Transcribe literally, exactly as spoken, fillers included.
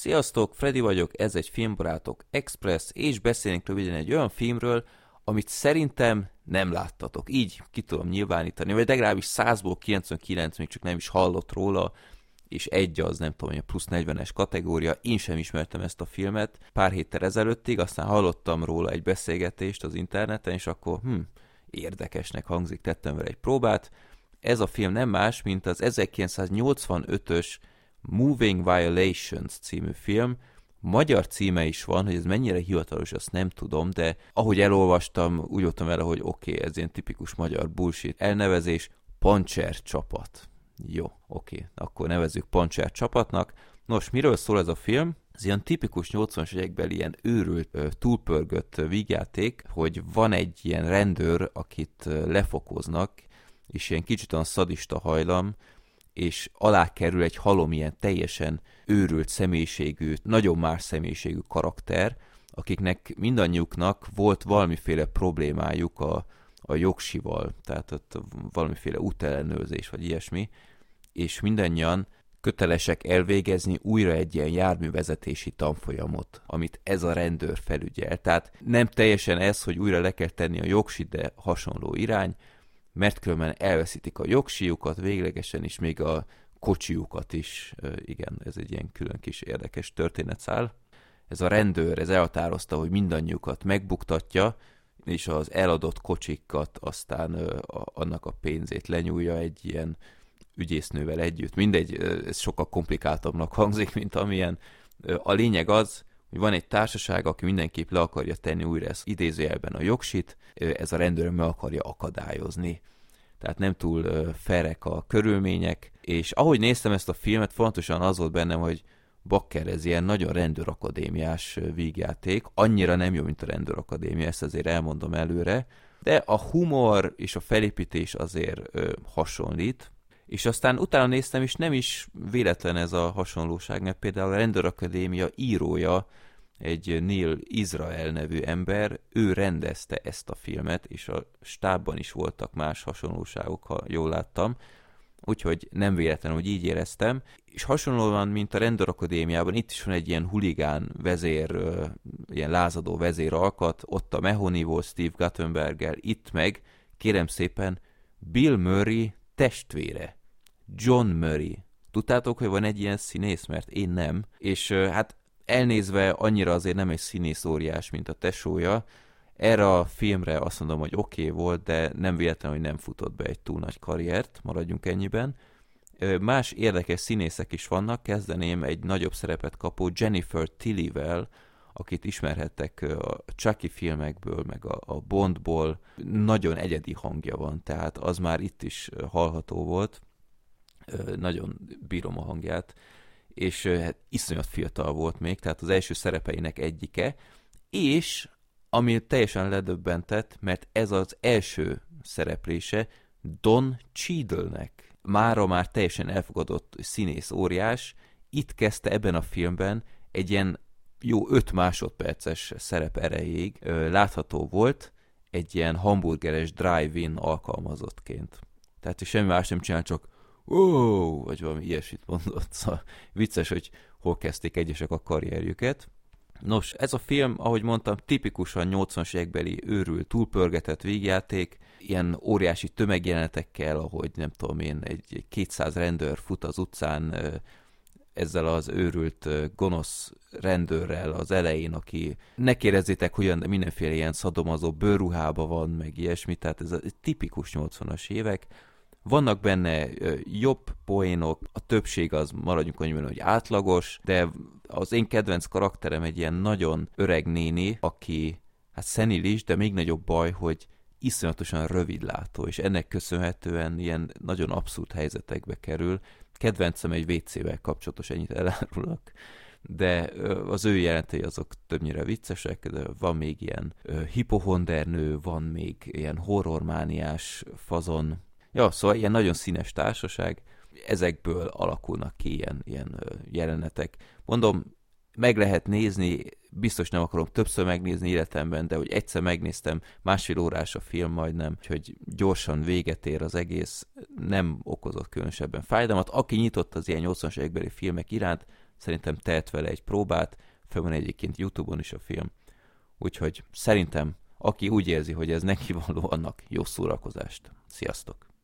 Sziasztok, Freddy vagyok, ez egy Filmbarátok Express, és beszélünk röviden egy olyan filmről, amit szerintem nem láttatok. Így ki tudom nyilvánítani, vagy legalábbis százból kilencvenkilenc még csak nem is hallott róla, és egy az, nem tudom, a plusz negyvenes kategória. Én sem ismertem ezt a filmet pár héttel ezelőttig, aztán hallottam róla egy beszélgetést az interneten, és akkor hm, érdekesnek hangzik, tettem vele egy próbát. Ez a film nem más, mint az ezerkilencszáznyolcvanötös Moving Violations című film. Magyar címe is van, hogy ez mennyire hivatalos, azt nem tudom, de ahogy elolvastam, úgy voltam vele, hogy oké, okay, ez ilyen tipikus magyar bullshit elnevezés, Pancser csapat. Jó, oké, okay, akkor nevezzük Pancser csapatnak. Nos, miről szól ez a film? Ez ilyen tipikus nyolcvanas évekbeli ilyen őrült, túlpörgött vígjáték, hogy van egy ilyen rendőr, akit lefokoznak, és ilyen kicsit olyan szadista hajlam, és alá kerül egy halom ilyen teljesen őrült személyiségű, nagyon más személyiségű karakter, akiknek mindannyiuknak volt valamiféle problémájuk a, a jogsival, tehát ott valamiféle útellenőrzés, vagy ilyesmi, és mindannyian kötelesek elvégezni újra egy ilyen járművezetési tanfolyamot, amit ez a rendőr felügyel. Tehát nem teljesen ez, hogy újra le kell tenni a jogsit, de hasonló irány, mert különben elveszítik a jogsiukat, véglegesen is még a kocsiukat is. Igen, ez egy ilyen külön kis érdekes történetszál. Ez a rendőr, ez elhatározta, hogy mindannyiukat megbuktatja, és az eladott kocsikat aztán a, annak a pénzét lenyúlja egy ilyen ügyésznővel együtt. Mindegy, ez sokkal komplikáltabbnak hangzik, mint amilyen. A lényeg az, hogy van egy társaság, aki mindenképp le akarja tenni újra ezt idézőjelben a jogsit, ez a rendőr meg akarja akadályozni. Tehát nem túl ferek a körülmények, és ahogy néztem ezt a filmet, fontosan az volt bennem, hogy bakker, ez ilyen nagyon rendőrakadémiás vígjáték, annyira nem jó, mint a rendőrakadémia, ezt azért elmondom előre, de a humor és a felépítés azért ö, hasonlít, és aztán utána néztem, és nem is véletlen ez a hasonlóság, mert például a rendőrakadémia írója, egy Neil Israel nevű ember, ő rendezte ezt a filmet, és a stábban is voltak más hasonlóságok, ha jól láttam, úgyhogy nem véletlenül, hogy így éreztem. És hasonlóan, mint a rendőrakadémiában, itt is van egy ilyen huligán vezér, ilyen lázadó vezéralkat, ott a Mahoney volt Steve Guttenberggel, itt meg, kérem szépen, Bill Murray testvére, John Murray. Tudtátok, hogy van egy ilyen színész, mert én nem, és hát elnézve annyira azért nem egy színész óriás, mint a tesója. Erre a filmre azt mondom, hogy oké okay volt, de nem véletlen, hogy nem futott be egy túl nagy karriert, maradjunk ennyiben. Más érdekes színészek is vannak, kezdeném egy nagyobb szerepet kapó Jennifer Tillyvel, akit ismerhettek a Chucky filmekből, meg a, a Bondból. Nagyon egyedi hangja van, tehát az már itt is hallható volt. Nagyon bírom a hangját. És hát iszonyat fiatal volt még, tehát az első szerepeinek egyike, és ami teljesen ledöbbentett, mert ez az első szereplése Don Cheadle-nek. Mára már teljesen elfogadott színész óriás, itt kezdte ebben a filmben egy ilyen jó öt másodperces szerep erejéig látható volt egy ilyen hamburgeres drive-in alkalmazottként. Tehát semmi más nem csinál, csak ó, vagy valami ilyesmit mondott. Szóval vicces, hogy hol kezdték egyesek a karrierjüket. Nos, ez a film, ahogy mondtam, tipikusan nyolcvanas évekbeli őrült, túlpörgetett vígjáték, ilyen óriási tömegjelenetekkel, ahogy nem tudom én, egy kétszáz rendőr fut az utcán ezzel az őrült, gonosz rendőrrel az elején, aki ne kérdezzétek, hogyan, de mindenféle ilyen szadomazó bőrruhába van, meg ilyesmi, tehát ez a tipikus nyolcvanas évek. Vannak benne jobb poénok, a többség az maradjunk annyiban, hogy átlagos, de az én kedvenc karakterem egy ilyen nagyon öreg néni, aki hát szenilis, de még nagyobb baj, hogy iszonyatosan rövidlátó, és ennek köszönhetően ilyen nagyon abszurd helyzetekbe kerül. Kedvencem egy vé cével kapcsolatos, ennyit elárulok, de az ő jelentei azok többnyire viccesek, de van még ilyen hipohondernő, van még ilyen horrormániás fazon. Ja, szóval ilyen nagyon színes társaság, ezekből alakulnak ki ilyen, ilyen jelenetek. Mondom, meg lehet nézni, biztos nem akarom többször megnézni életemben, de hogy egyszer megnéztem, másfél órás a film majdnem, úgyhogy gyorsan véget ér az egész, nem okozott különösebben fájdalmat. Aki nyitott az ilyen nyolcvanas évekbeli filmek iránt, szerintem tehet vele egy próbát, fel van egyébként YouTube-on is a film. Úgyhogy szerintem, aki úgy érzi, hogy ez neki való, annak jó szórakozást. Sziasztok!